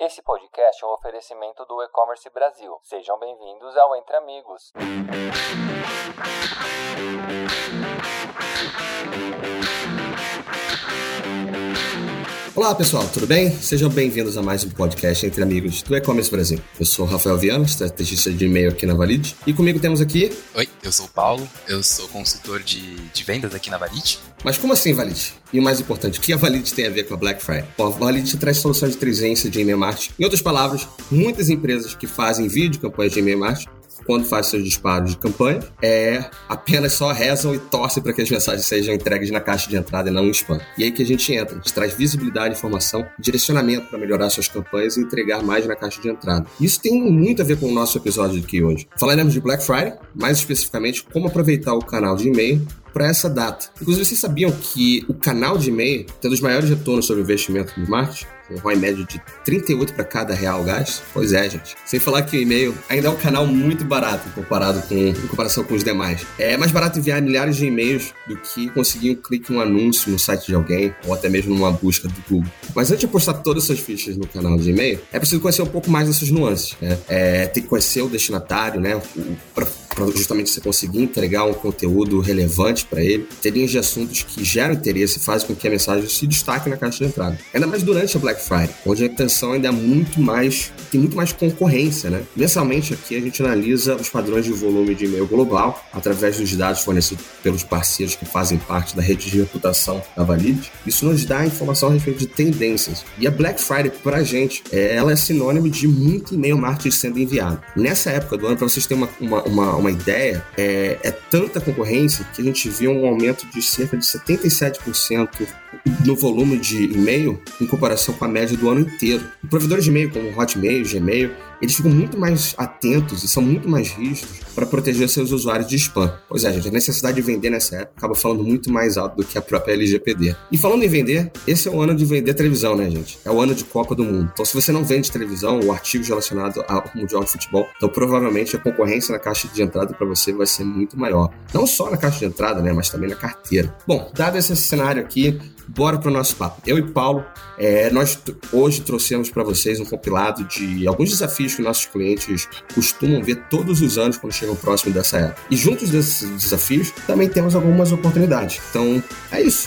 Esse podcast é um oferecimento do E-Commerce Brasil. Sejam bem-vindos ao Entre Amigos. Olá pessoal, tudo bem? Sejam bem-vindos a mais um podcast Entre Amigos do E-Commerce Brasil. Eu sou o Rafael Viana, estrategista de e-mail aqui na Valid, e comigo temos aqui... Oi, eu sou o Paulo, eu sou consultor de vendas aqui na Valid. Mas como assim Valid? E o mais importante, o que a Valid tem a ver com a Black Friday? Bom, a Valid traz soluções de inteligência de e-mail marketing. Em outras palavras, muitas empresas que fazem vídeo campanhas de e-mail marketing, quando fazem seus disparos de campanha, apenas só rezam e torcem para que as mensagens sejam entregues na caixa de entrada e não em spam. E aí que a gente entra, a gente traz visibilidade, informação, direcionamento para melhorar suas campanhas e entregar mais na caixa de entrada. Isso tem muito a ver com o nosso episódio aqui hoje. Falaremos de Black Friday, mais especificamente como aproveitar o canal de e-mail para essa data. Inclusive, vocês sabiam que o canal de e-mail tem um dos maiores retornos sobre investimento no marketing? Um ROI médio de 38 para cada real gasto? Pois é, gente. Sem falar que o e-mail ainda é um canal muito barato em comparação com os demais. É mais barato enviar milhares de e-mails do que conseguir um clique em um anúncio no site de alguém ou até mesmo numa busca do Google. Mas antes de postar todas essas fichas no canal de e-mail, é preciso conhecer um pouco mais dessas nuances, né? Tem que conhecer o destinatário, né? Para justamente você conseguir entregar um conteúdo relevante para ele, ter linhas de assuntos que geram interesse e fazem com que a mensagem se destaque na caixa de entrada. Ainda mais durante a Black Friday, onde a intenção ainda é tem muito mais concorrência, né? Mensalmente aqui a gente analisa os padrões de volume de e-mail global através dos dados fornecidos pelos parceiros que fazem parte da rede de reputação da Valid. Isso nos dá informação a respeito de tendências. E a Black Friday, pra gente, ela é sinônimo de muito e-mail marketing sendo enviado. Nessa época do ano, para vocês terem uma ideia, é tanta concorrência que a gente viu um aumento de cerca de 77% no volume de e-mail em comparação com a média do ano inteiro. E provedores de e-mail como Hotmail, Gmail, eles ficam muito mais atentos e são muito mais rígidos para proteger seus usuários de spam. Pois é, gente, a necessidade de vender nessa época acaba falando muito mais alto do que a própria LGPD. E falando em vender, esse é o ano de vender televisão, né, gente? É o ano de Copa do Mundo. Então, se você não vende televisão ou artigos relacionados ao Mundial de Futebol, então provavelmente a concorrência na caixa de entrada para você vai ser muito maior. Não só na caixa de entrada, né, mas também na carteira. Bom, dado esse cenário aqui, bora para o nosso papo. Eu e Paulo, nós hoje trouxemos para vocês um compilado de alguns desafios que nossos clientes costumam ver todos os anos quando chegam próximo dessa época. E juntos desses desafios, também temos algumas oportunidades. Então, é isso.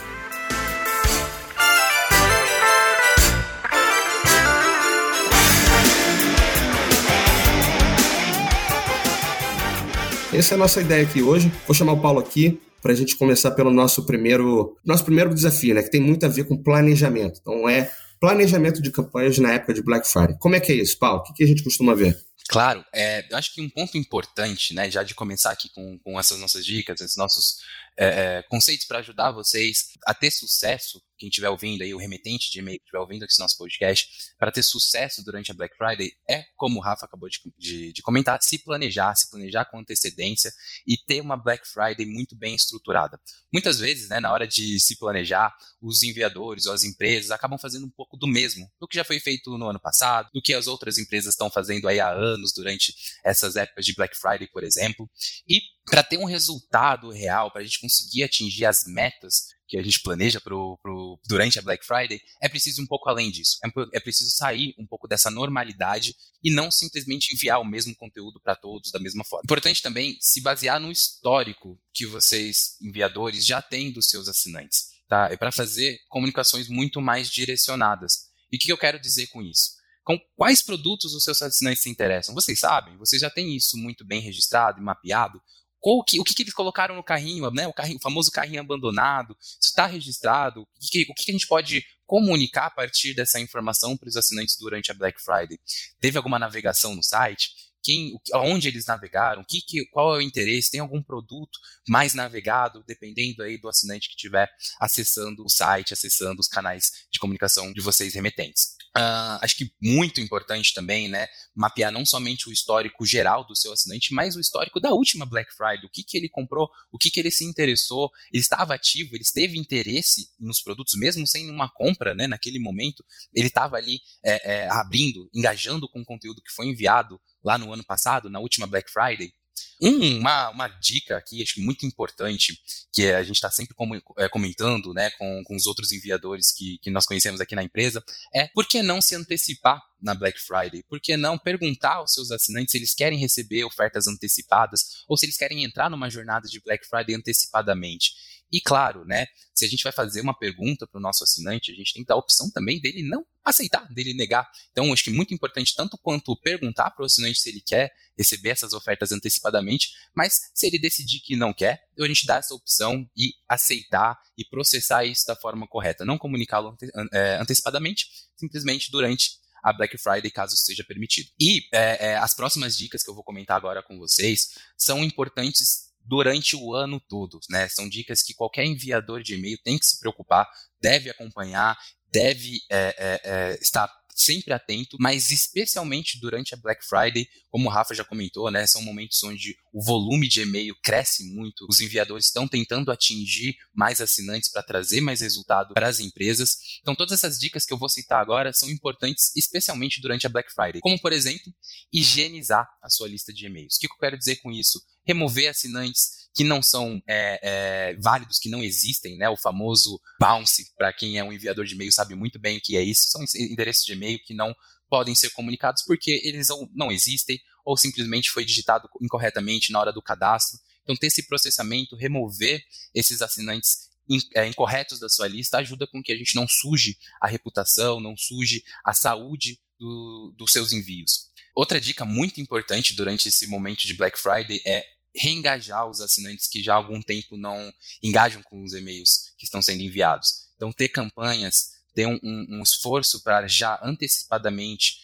Essa é a nossa ideia aqui hoje. Vou chamar o Paulo aqui para a gente começar pelo nosso primeiro desafio, né, que tem muito a ver com planejamento. Então, planejamento de campanhas na época de Black Friday. Como é que é isso, Paulo? O que a gente costuma ver? Claro, eu acho que um ponto importante, né, já de começar aqui com essas nossas dicas, esses nossos conceitos para ajudar vocês a ter sucesso, quem estiver ouvindo aí, o remetente de e-mail que estiver ouvindo esse nosso podcast, para ter sucesso durante a Black Friday, como o Rafa acabou de comentar, se planejar com antecedência e ter uma Black Friday muito bem estruturada. Muitas vezes, né, na hora de se planejar, os enviadores ou as empresas acabam fazendo um pouco do mesmo, do que já foi feito no ano passado, do que as outras empresas estão fazendo aí há anos durante essas épocas de Black Friday, por exemplo. E para ter um resultado real, para a gente conseguir atingir as metas que a gente planeja durante a Black Friday, é preciso um pouco além disso. É preciso sair um pouco dessa normalidade e não simplesmente enviar o mesmo conteúdo para todos da mesma forma. Importante também se basear no histórico que vocês, enviadores, já têm dos seus assinantes, tá? É para fazer comunicações muito mais direcionadas. E o que eu quero dizer com isso? Com quais produtos os seus assinantes se interessam? Vocês sabem? Vocês já têm isso muito bem registrado e mapeado? O que eles colocaram no carrinho, né? O famoso carrinho abandonado, isso está registrado? O que a gente pode comunicar a partir dessa informação para os assinantes durante a Black Friday? Teve alguma navegação no site? Onde eles navegaram? Qual é o interesse? Tem algum produto mais navegado, dependendo aí do assinante que estiver acessando o site, acessando os canais de comunicação de vocês remetentes? Acho que muito importante também, né, mapear não somente o histórico geral do seu assinante, mas o histórico da última Black Friday, o que ele comprou, o que ele se interessou, ele estava ativo, ele teve interesse nos produtos, mesmo sem uma compra, né, naquele momento, ele estava ali abrindo, engajando com o conteúdo que foi enviado lá no ano passado, na última Black Friday. Uma dica aqui, acho que muito importante, que a gente está sempre comentando, né, com os outros enviadores que nós conhecemos aqui na empresa, é por que não se antecipar na Black Friday? Por que não perguntar aos seus assinantes se eles querem receber ofertas antecipadas ou se eles querem entrar numa jornada de Black Friday antecipadamente? E claro, né, se a gente vai fazer uma pergunta para o nosso assinante, a gente tem que dar a opção também dele não aceitar, dele negar. Então, acho que é muito importante, tanto quanto perguntar para o assinante se ele quer receber essas ofertas antecipadamente, mas se ele decidir que não quer, a gente dá essa opção e aceitar e processar isso da forma correta. Não comunicá-lo antecipadamente, simplesmente durante a Black Friday, caso seja permitido. E as próximas dicas que eu vou comentar agora com vocês são importantes durante o ano todo, né? São dicas que qualquer enviador de e-mail tem que se preocupar, deve acompanhar, deve estar sempre atento, mas especialmente durante a Black Friday, como o Rafa já comentou, né, são momentos onde o volume de e-mail cresce muito, os enviadores estão tentando atingir mais assinantes para trazer mais resultado para as empresas. Então, todas essas dicas que eu vou citar agora são importantes, especialmente durante a Black Friday, como, por exemplo, higienizar a sua lista de e-mails. O que eu quero dizer com isso? Remover assinantes que não são válidos, que não existem, né? O famoso bounce, para quem é um enviador de e-mail sabe muito bem o que é isso, são endereços de e-mail que não podem ser comunicados porque eles não existem ou simplesmente foi digitado incorretamente na hora do cadastro. Então, ter esse processamento, remover esses assinantes incorretos da sua lista ajuda com que a gente não suje a reputação, não suje a saúde dos seus envios. Outra dica muito importante durante esse momento de Black Friday é reengajar os assinantes que já há algum tempo não engajam com os e-mails que estão sendo enviados. Então, ter campanhas, ter um esforço para já antecipadamente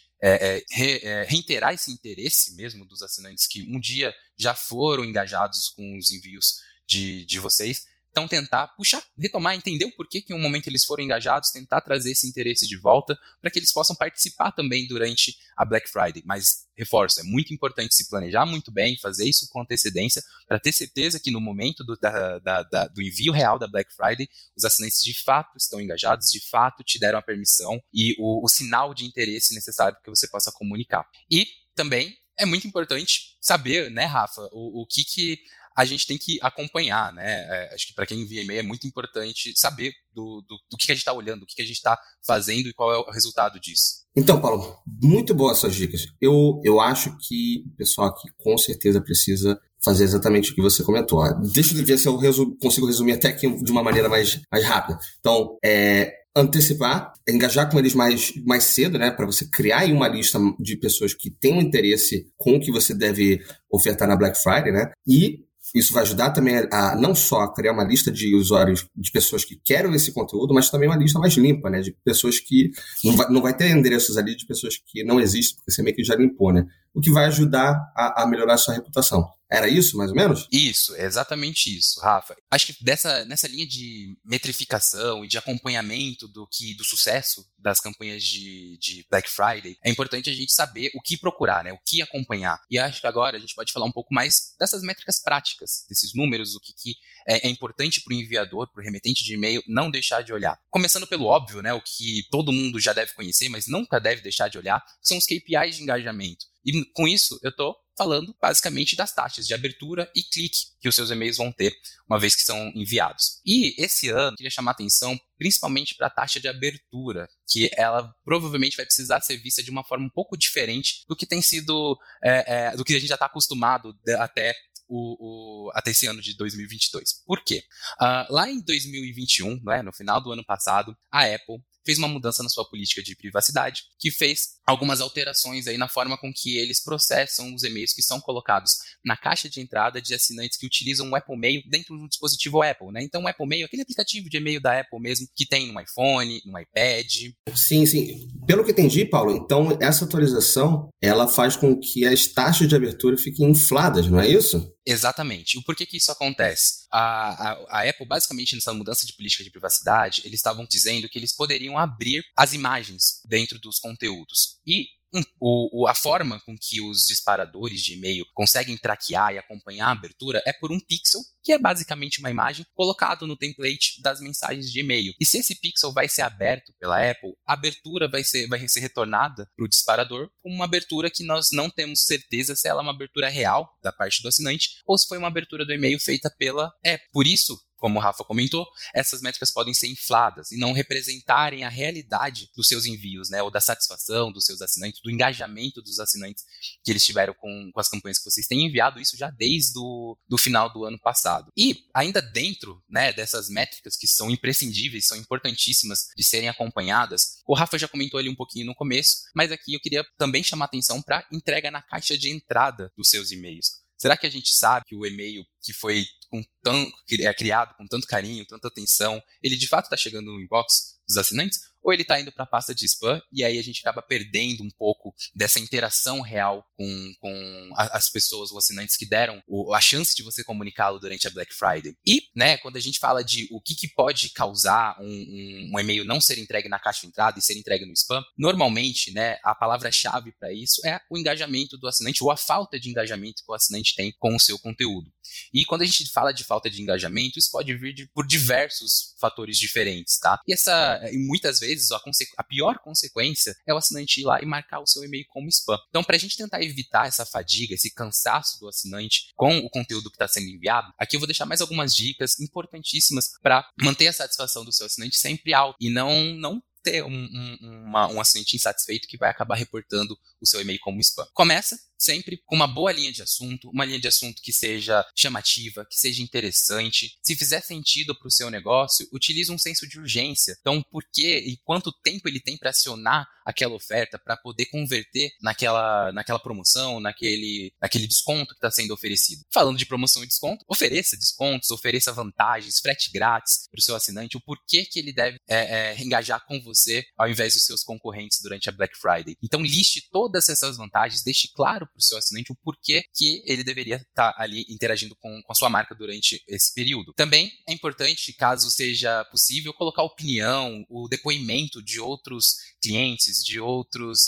reiterar esse interesse mesmo dos assinantes que um dia já foram engajados com os envios de vocês. Então, tentar puxar, retomar, entender o porquê que em um momento eles foram engajados, tentar trazer esse interesse de volta para que eles possam participar também durante a Black Friday. Mas, reforço, é muito importante se planejar muito bem, fazer isso com antecedência, para ter certeza que no momento do envio real da Black Friday, os assinantes de fato estão engajados, de fato te deram a permissão e o sinal de interesse necessário para que você possa comunicar. E também é muito importante saber, né, Rafa, o que a gente tem que acompanhar, né? Acho que para quem envia e-mail é muito importante saber do que a gente está olhando, o que a gente está fazendo e qual é o resultado disso. Então, Paulo, muito boas essas dicas. Eu acho que o pessoal aqui com certeza precisa fazer exatamente o que você comentou. Deixa eu ver se eu consigo resumir até aqui de uma maneira mais rápida. Então, antecipar, engajar com eles mais cedo, né, para você criar aí uma lista de pessoas que têm um interesse com o que você deve ofertar na Black Friday, né, e isso vai ajudar também a não só a criar uma lista de usuários, de pessoas que querem esse conteúdo, mas também uma lista mais limpa, né? De pessoas que não vai ter endereços ali de pessoas que não existem, porque você meio que já limpou, né? O que vai ajudar a melhorar a sua reputação. Era isso, mais ou menos? Isso, é exatamente isso, Rafa. Acho que nessa linha de metrificação e de acompanhamento do sucesso das campanhas de Black Friday, é importante a gente saber o que procurar, né? O que acompanhar. E acho que agora a gente pode falar um pouco mais dessas métricas práticas, desses números, o que é importante para o enviador, para o remetente de e-mail, não deixar de olhar. Começando pelo óbvio, né? O que todo mundo já deve conhecer, mas nunca deve deixar de olhar, são os KPIs de engajamento. E com isso, eu estou falando basicamente das taxas de abertura e clique que os seus e-mails vão ter uma vez que são enviados. E esse ano, eu queria chamar a atenção principalmente para a taxa de abertura, que ela provavelmente vai precisar ser vista de uma forma um pouco diferente do que tem sido, do que a gente já está acostumado até esse ano de 2022. Por quê? Lá em 2021, né, no final do ano passado, a Apple fez uma mudança na sua política de privacidade, que fez algumas alterações aí na forma com que eles processam os e-mails que são colocados na caixa de entrada de assinantes que utilizam o Apple Mail dentro do dispositivo Apple, né? Então o Apple Mail é aquele aplicativo de e-mail da Apple mesmo, que tem no iPhone, no iPad. Sim. Pelo que entendi, Paulo, então essa atualização, ela faz com que as taxas de abertura fiquem infladas, não é isso? Exatamente. E por que isso acontece? A Apple, basicamente, nessa mudança de política de privacidade, eles estavam dizendo que eles poderiam abrir as imagens dentro dos conteúdos. E a forma com que os disparadores de e-mail conseguem traquear e acompanhar a abertura é por um pixel que é basicamente uma imagem colocada no template das mensagens de e-mail. E se esse pixel vai ser aberto pela Apple, a abertura vai ser retornada para o disparador como uma abertura que nós não temos certeza se ela é uma abertura real da parte do assinante ou se foi uma abertura do e-mail feita pela Apple. Por isso, como o Rafa comentou, essas métricas podem ser infladas e não representarem a realidade dos seus envios, né, ou da satisfação dos seus assinantes, do engajamento dos assinantes que eles tiveram com as campanhas que vocês têm enviado, isso já desde do final do ano passado. E ainda dentro, né, dessas métricas que são imprescindíveis, são importantíssimas de serem acompanhadas, o Rafa já comentou ali um pouquinho no começo, mas aqui eu queria também chamar atenção para entrega na caixa de entrada dos seus e-mails. Será que a gente sabe que o e-mail que foi criado com tanto carinho, tanta atenção, ele de fato está chegando no inbox dos assinantes? Ou ele está indo para a pasta de spam e aí a gente acaba perdendo um pouco dessa interação real com as pessoas, os assinantes que deram a chance de você comunicá-lo durante a Black Friday. E, né, quando a gente fala de o que pode causar um e-mail não ser entregue na caixa de entrada e ser entregue no spam, normalmente, né, a palavra-chave para isso é o engajamento do assinante ou a falta de engajamento que o assinante tem com o seu conteúdo. E quando a gente fala de falta de engajamento, isso pode vir por diversos fatores diferentes, tá? E muitas vezes a pior consequência é o assinante ir lá e marcar o seu e-mail como spam. Então, para a gente tentar evitar essa fadiga, esse cansaço do assinante com o conteúdo que está sendo enviado, aqui eu vou deixar mais algumas dicas importantíssimas para manter a satisfação do seu assinante sempre alta e não ter um assinante insatisfeito que vai acabar reportando o seu e-mail como spam. Começa sempre com uma boa linha de assunto, uma linha de assunto que seja chamativa, que seja interessante. Se fizer sentido para o seu negócio, utilize um senso de urgência. Então, por que e quanto tempo ele tem para acionar aquela oferta para poder converter naquela promoção, naquele desconto que está sendo oferecido. Falando de promoção e desconto, ofereça descontos, ofereça vantagens, frete grátis para o seu assinante, o porquê que ele deve engajar com você ao invés dos seus concorrentes durante a Black Friday. Então, liste todas essas vantagens, deixe claro para o seu assinante o porquê que ele deveria estar ali interagindo com a sua marca durante esse período. Também é importante, caso seja possível, colocar opinião, o depoimento de outros clientes, de outros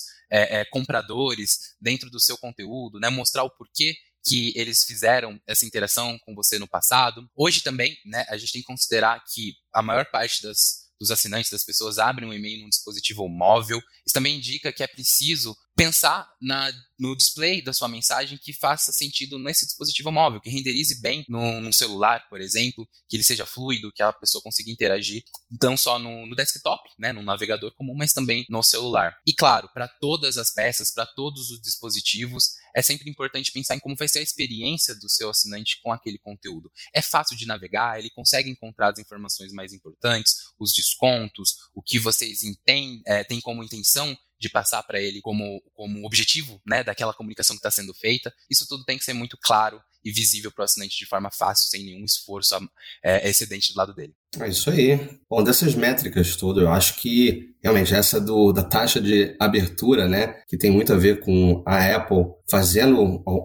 compradores dentro do seu conteúdo, né? Mostrar o porquê que eles fizeram essa interação com você no passado. Hoje também, né, a gente tem que considerar que a maior parte dos assinantes, das pessoas, abrem um e-mail num dispositivo móvel. Isso também indica que é preciso pensar no display da sua mensagem que faça sentido nesse dispositivo móvel, que renderize bem no celular, por exemplo, que ele seja fluido, que a pessoa consiga interagir, não só no desktop, né, no navegador comum, mas também no celular. E claro, para todas as peças, para todos os dispositivos, é sempre importante pensar em como vai ser a experiência do seu assinante com aquele conteúdo. É fácil de navegar, ele consegue encontrar as informações mais importantes, os descontos, o que vocês têm como intenção de passar para ele como objetivo, né, daquela comunicação que está sendo feita. Isso tudo tem que ser muito claro e visível para o assinante de forma fácil, sem nenhum esforço excedente do lado dele. É isso aí. Bom, dessas métricas todas, eu acho que realmente essa da taxa de abertura, né, que tem muito a ver com a Apple fazendo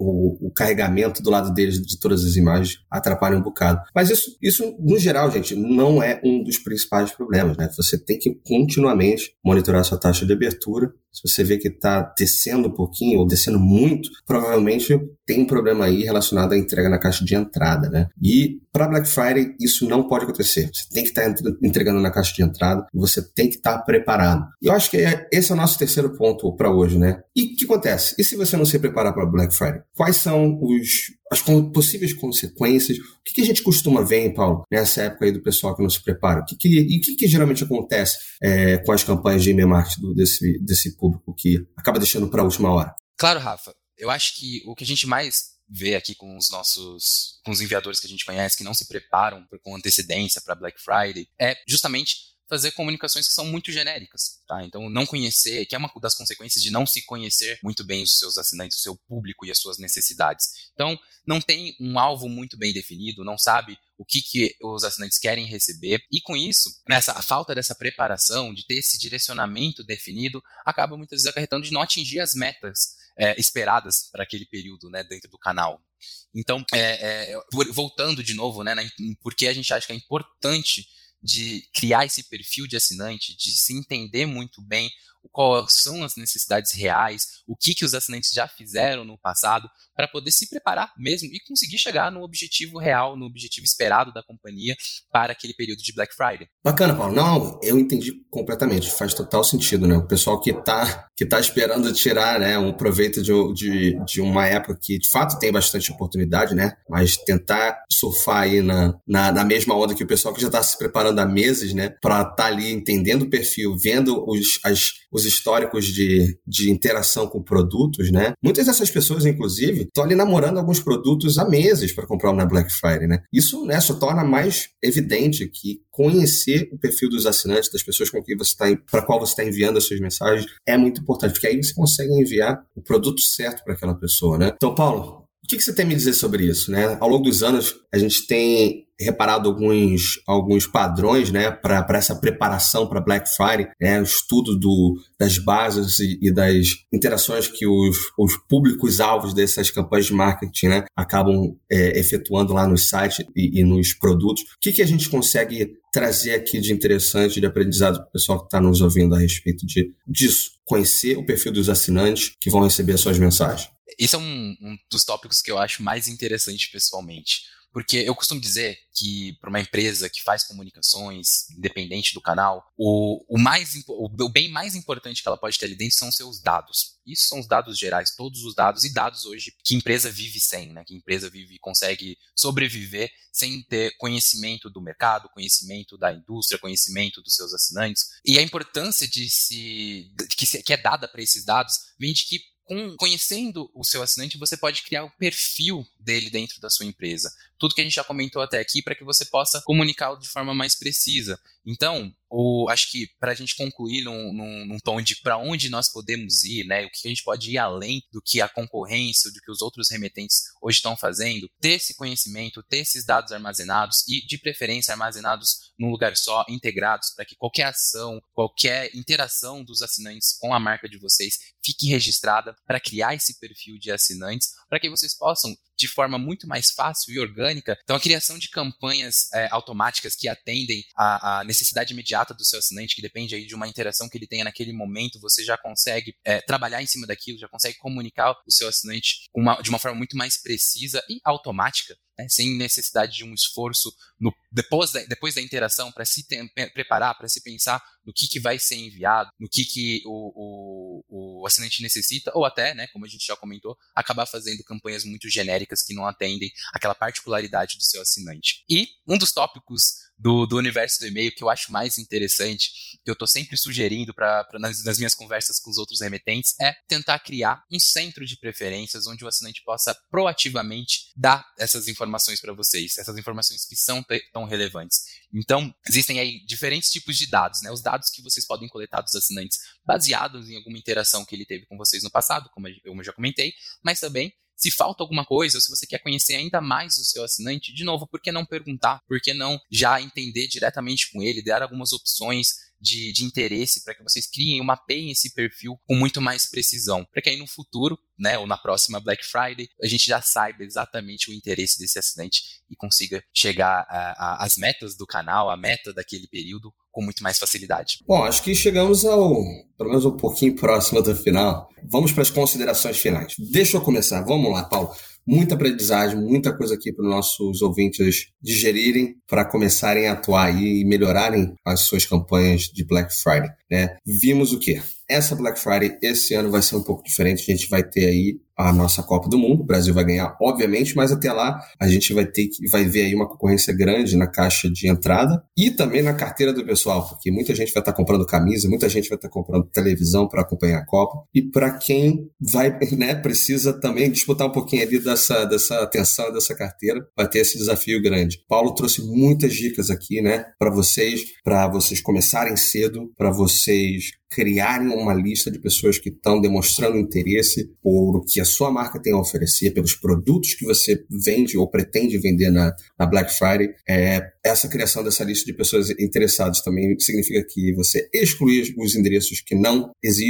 o carregamento do lado deles de todas as imagens, atrapalha um bocado. Mas isso, no geral, gente, não é um dos principais problemas, né? Você tem que continuamente monitorar a sua taxa de abertura. Se você vê que está descendo um pouquinho ou descendo muito, provavelmente tem um problema aí relacionado à entrega na caixa de entrada, né? E para Black Friday, isso não pode acontecer. Você tem que estar entregando na caixa de entrada e você tem que estar preparado. E eu acho que esse é o nosso terceiro ponto para hoje, né? E o que acontece? E se você não se preparar para Black Friday? Quais são as possíveis consequências? O que a gente costuma ver, hein, Paulo, nessa época aí do pessoal que não se prepara? O que geralmente acontece com as campanhas de e-mail marketing desse público que acaba deixando para a última hora? Claro, Rafa. Eu acho que o que a gente mais vê aqui com os enviadores que a gente conhece, que não se preparam com antecedência para Black Friday, é justamente fazer comunicações que são muito genéricas, tá? Então, não conhecer, que é uma das consequências de não se conhecer muito bem os seus assinantes, o seu público e as suas necessidades. Então, não tem um alvo muito bem definido, não sabe o que os assinantes querem receber, e com isso, a falta dessa preparação, de ter esse direcionamento definido, acaba muitas vezes acarretando de não atingir as metas esperadas para aquele período, né, dentro do canal. Então, voltando de novo, né, porque a gente acha que é importante de criar esse perfil de assinante, de se entender muito bem quais são as necessidades reais, o que os assinantes já fizeram no passado, para poder se preparar mesmo e conseguir chegar no objetivo real, no objetivo esperado da companhia para aquele período de Black Friday. Bacana, Paulo. Não, eu entendi completamente, faz total sentido, né? O pessoal que tá esperando tirar, né, um proveito de uma época que de fato tem bastante oportunidade, né? Mas tentar surfar aí na mesma onda que o pessoal que já está se preparando há meses, né? Para estar ali entendendo o perfil, vendo os históricos de interação com produtos, né? Muitas dessas pessoas, inclusive, estão ali namorando alguns produtos há meses para comprar na Black Friday, né? Isso, né, só torna mais evidente que conhecer o perfil dos assinantes, das pessoas com quem para qual você está enviando as suas mensagens, é muito importante, porque aí você consegue enviar o produto certo para aquela pessoa, né? Então, Paulo, o que você tem a me dizer sobre isso, né? Ao longo dos anos, a gente tem reparado alguns padrões, né, para essa preparação para Black Friday, né, o estudo das bases e das interações que os públicos-alvos dessas campanhas de marketing, né, acabam efetuando lá no site e nos produtos. O que a gente consegue trazer aqui de interessante, de aprendizado para o pessoal que está nos ouvindo a respeito disso? Conhecer o perfil dos assinantes que vão receber as suas mensagens. Esse é um dos tópicos que eu acho mais interessante pessoalmente. Porque eu costumo dizer que para uma empresa que faz comunicações, independente do canal, o bem mais importante que ela pode ter ali dentro são os seus dados. Isso são os dados gerais, todos os dados e dados hoje que a empresa vive sem, né? Que a empresa vive e consegue sobreviver sem ter conhecimento do mercado, conhecimento da indústria, conhecimento dos seus assinantes. E a importância que é dada para esses dados vem de que conhecendo o seu assinante, você pode criar o perfil dele dentro da sua empresa. Tudo que a gente já comentou até aqui para que você possa comunicá-lo de forma mais precisa. Então, acho que para a gente concluir num tom de para onde nós podemos ir, né, o que a gente pode ir além do que a concorrência, do que os outros remetentes hoje estão fazendo, ter esse conhecimento, ter esses dados armazenados e, de preferência, armazenados num lugar só, integrados, para que qualquer ação, qualquer interação dos assinantes com a marca de vocês fique registrada, para criar esse perfil de assinantes, para que vocês possam, de forma muito mais fácil e orgânica, então a criação de campanhas automáticas que atendem à necessidade imediata do seu assinante, que depende aí de uma interação que ele tenha naquele momento, você já consegue trabalhar em cima daquilo, já consegue comunicar o seu assinante de uma forma muito mais precisa e automática, né, sem necessidade de um esforço depois da interação para se preparar, para se pensar no que vai ser enviado, no que o assinante necessita, ou até, né, como a gente já comentou, acabar fazendo campanhas muito genéricas que não atendem aquela particularidade do seu assinante. E um dos tópicos do universo do e-mail que eu acho mais interessante, que eu estou sempre sugerindo nas minhas conversas com os outros remetentes, é tentar criar um centro de preferências onde o assinante possa proativamente dar essas informações para vocês, essas informações que são tão relevantes. Então, existem aí diferentes tipos de dados, né? Os dados que vocês podem coletar dos assinantes baseados em alguma interação que ele teve com vocês no passado, como eu já comentei, mas também se falta alguma coisa, ou se você quer conhecer ainda mais o seu assinante, de novo, por que não perguntar? Por que não já entender diretamente com ele, dar algumas opções de interesse para que vocês criem, mapeiem esse perfil com muito mais precisão, para que aí no futuro, né, ou na próxima Black Friday, a gente já saiba exatamente o interesse desse assinante e consiga chegar às metas do canal, a meta daquele período, com muito mais facilidade. Bom, acho que chegamos pelo menos um pouquinho próximo do final. Vamos para as considerações finais. Deixa eu começar. Vamos lá, Paulo. Muita aprendizagem, muita coisa aqui para os nossos ouvintes digerirem para começarem a atuar e melhorarem as suas campanhas de Black Friday, né? Vimos o quê? Essa Black Friday esse ano vai ser um pouco diferente. A gente vai ter aí a nossa Copa do Mundo. O Brasil vai ganhar, obviamente, mas até lá a gente vai ver aí uma concorrência grande na caixa de entrada e também na carteira do pessoal, porque muita gente vai estar comprando camisa, muita gente vai estar comprando televisão para acompanhar a Copa. E para quem vai, né, precisa também disputar um pouquinho ali dessa atenção, dessa carteira, vai ter esse desafio grande. Paulo trouxe muitas dicas aqui, né, para vocês começarem cedo, para vocês criarem uma lista de pessoas que estão demonstrando interesse por o que a sua marca tem a oferecer, pelos produtos que você vende ou pretende vender na Black Friday. Essa criação dessa lista de pessoas interessadas também significa que você excluir os endereços que não existem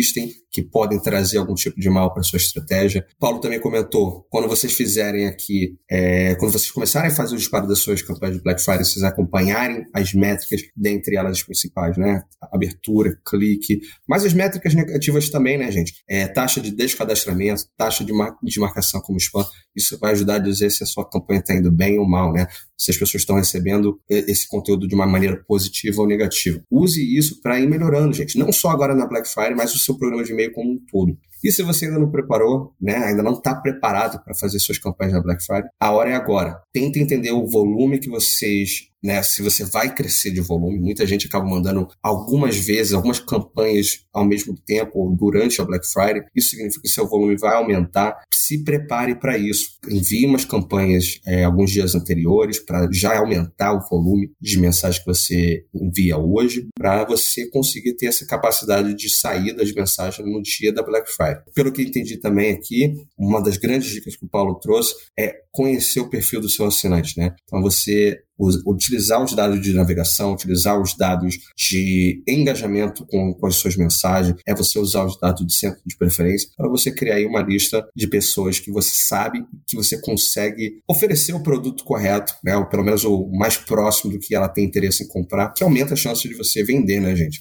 que podem trazer algum tipo de mal para sua estratégia. Paulo também comentou, quando vocês fizerem aqui, quando vocês começarem a fazer o disparo das suas campanhas de Black Friday, vocês acompanharem as métricas, dentre elas as principais, né? Abertura, clique, mas as métricas negativas também, né, gente? Taxa de descadastramento, taxa de marcação como spam, isso vai ajudar a dizer se a sua campanha está indo bem ou mal, né? Se as pessoas estão recebendo esse conteúdo de uma maneira positiva ou negativa. Use isso para ir melhorando, gente. Não só agora na Black Friday, mas o seu programa de e-mail como um todo. E se você ainda não preparou, né, ainda não está preparado para fazer suas campanhas na Black Friday, a hora é agora. Tenta entender o volume que vocês, né, se você vai crescer de volume. Muita gente acaba mandando algumas vezes, algumas campanhas ao mesmo tempo ou durante a Black Friday. Isso significa que seu volume vai aumentar. Se prepare para isso. Envie umas campanhas alguns dias anteriores para já aumentar o volume de mensagens que você envia hoje, para você conseguir ter essa capacidade de saída de mensagem no dia da Black Friday. Pelo que entendi também aqui, uma das grandes dicas que o Paulo trouxe é conhecer o perfil do seu assinante, né? Então você utilizar os dados de navegação, utilizar os dados de engajamento com as suas mensagens, você usar os dados de centro de preferência para você criar aí uma lista de pessoas que você sabe que você consegue oferecer o produto correto, né? Ou pelo menos o mais próximo do que ela tem interesse em comprar, que aumenta a chance de você vender, né, gente?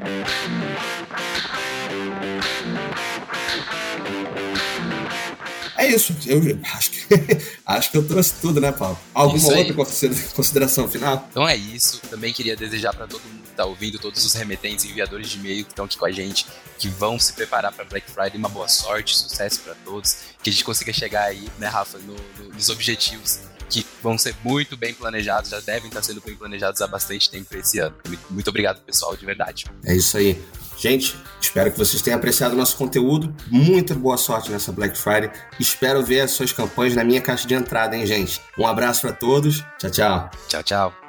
É isso, eu acho que eu trouxe tudo, né, Paulo? Alguma outra consideração final? Então é isso, também queria desejar para todo mundo que está ouvindo, todos os remetentes e enviadores de e-mail que estão aqui com a gente, que vão se preparar para Black Friday, uma boa sorte, sucesso para todos, que a gente consiga chegar aí, né, Rafa, nos objetivos que vão ser muito bem planejados, já devem estar sendo bem planejados há bastante tempo esse ano. Muito obrigado, pessoal, de verdade. É isso aí. Gente, espero que vocês tenham apreciado o nosso conteúdo. Muita boa sorte nessa Black Friday. Espero ver as suas campanhas na minha caixa de entrada, hein, gente? Um abraço para todos. Tchau, tchau. Tchau, tchau.